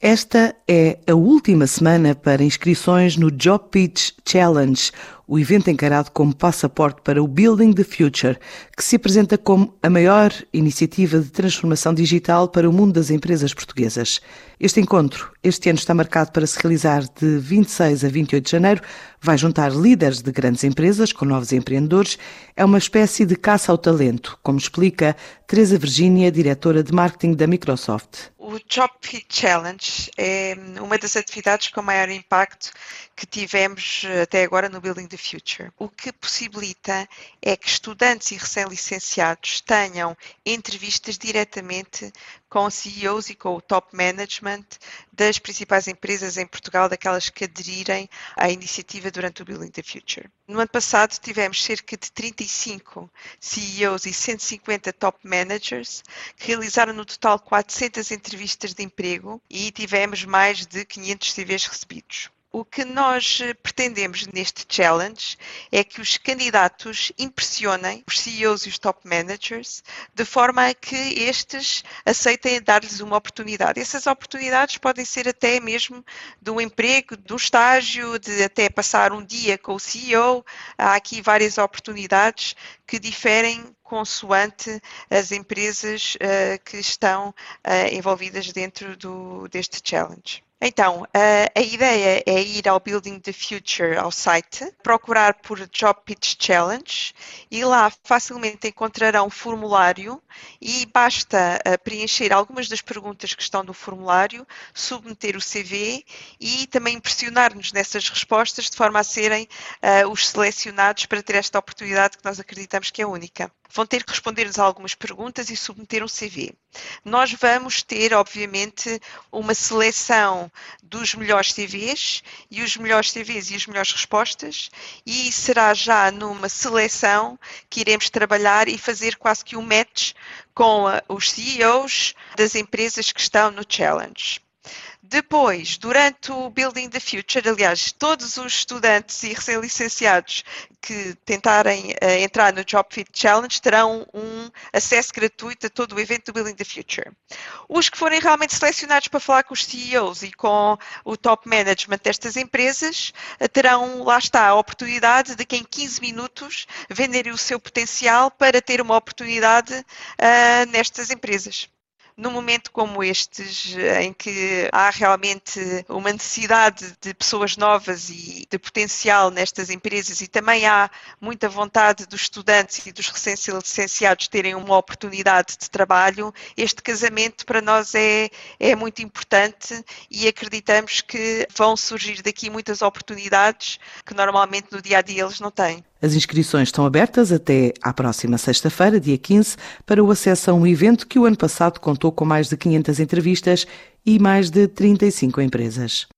Esta é a última semana para inscrições no Job Pitch Challenge, o evento encarado como passaporte para o Building the Future, que se apresenta como a maior iniciativa de transformação digital para o mundo das empresas portuguesas. Este encontro, este ano, está marcado para se realizar de 26 a 28 de janeiro, vai juntar líderes de grandes empresas com novos empreendedores. É uma espécie de caça ao talento, como explica Teresa Virgínia, diretora de marketing da Microsoft. O Job Pitch Challenge é uma das atividades com maior impacto que tivemos até agora no Building the Future. O que possibilita é que estudantes e recém-licenciados tenham entrevistas diretamente com CEOs e com o top management das principais empresas em Portugal, daquelas que aderirem à iniciativa durante o Building the Future. No ano passado tivemos cerca de 35 CEOs e 150 top managers que realizaram no total 400 entrevistas de emprego e tivemos mais de 500 CVs recebidos. O que nós pretendemos neste challenge é que os candidatos impressionem os CEOs e os top managers de forma a que estes aceitem dar-lhes uma oportunidade. Essas oportunidades podem ser até mesmo de um emprego, de um estágio, de até passar um dia com o CEO. Há aqui várias oportunidades que diferem consoante as empresas que estão envolvidas dentro deste challenge. Então, a ideia é ir ao Building the Future, ao site, procurar por Job Pitch Challenge e lá facilmente encontrarão um formulário e basta preencher algumas das perguntas que estão no formulário, submeter o CV e também impressionar-nos nessas respostas de forma a serem os selecionados para ter esta oportunidade que nós acreditamos que é única. Vão ter que responder-nos a algumas perguntas e submeter um CV. Nós vamos ter, obviamente, uma seleção dos melhores CVs e os melhores CVs e as melhores respostas, e será já numa seleção que iremos trabalhar e fazer quase que um match com os CEOs das empresas que estão no challenge. Depois, durante o Building the Future, aliás, todos os estudantes e recém-licenciados que tentarem entrar no Job Pitch Challenge terão um acesso gratuito a todo o evento do Building the Future. Os que forem realmente selecionados para falar com os CEOs e com o top management destas empresas terão, lá está, a oportunidade de que em 15 minutos venderem o seu potencial para ter uma oportunidade nestas empresas. Num momento como estes, em que há realmente uma necessidade de pessoas novas e de potencial nestas empresas e também há muita vontade dos estudantes e dos recém-licenciados terem uma oportunidade de trabalho, este casamento para nós é muito importante e acreditamos que vão surgir daqui muitas oportunidades que normalmente no dia-a-dia eles não têm. As inscrições estão abertas até à próxima sexta-feira, dia 15, para o acesso a um evento que o ano passado contou com mais de 500 entrevistas e mais de 35 empresas.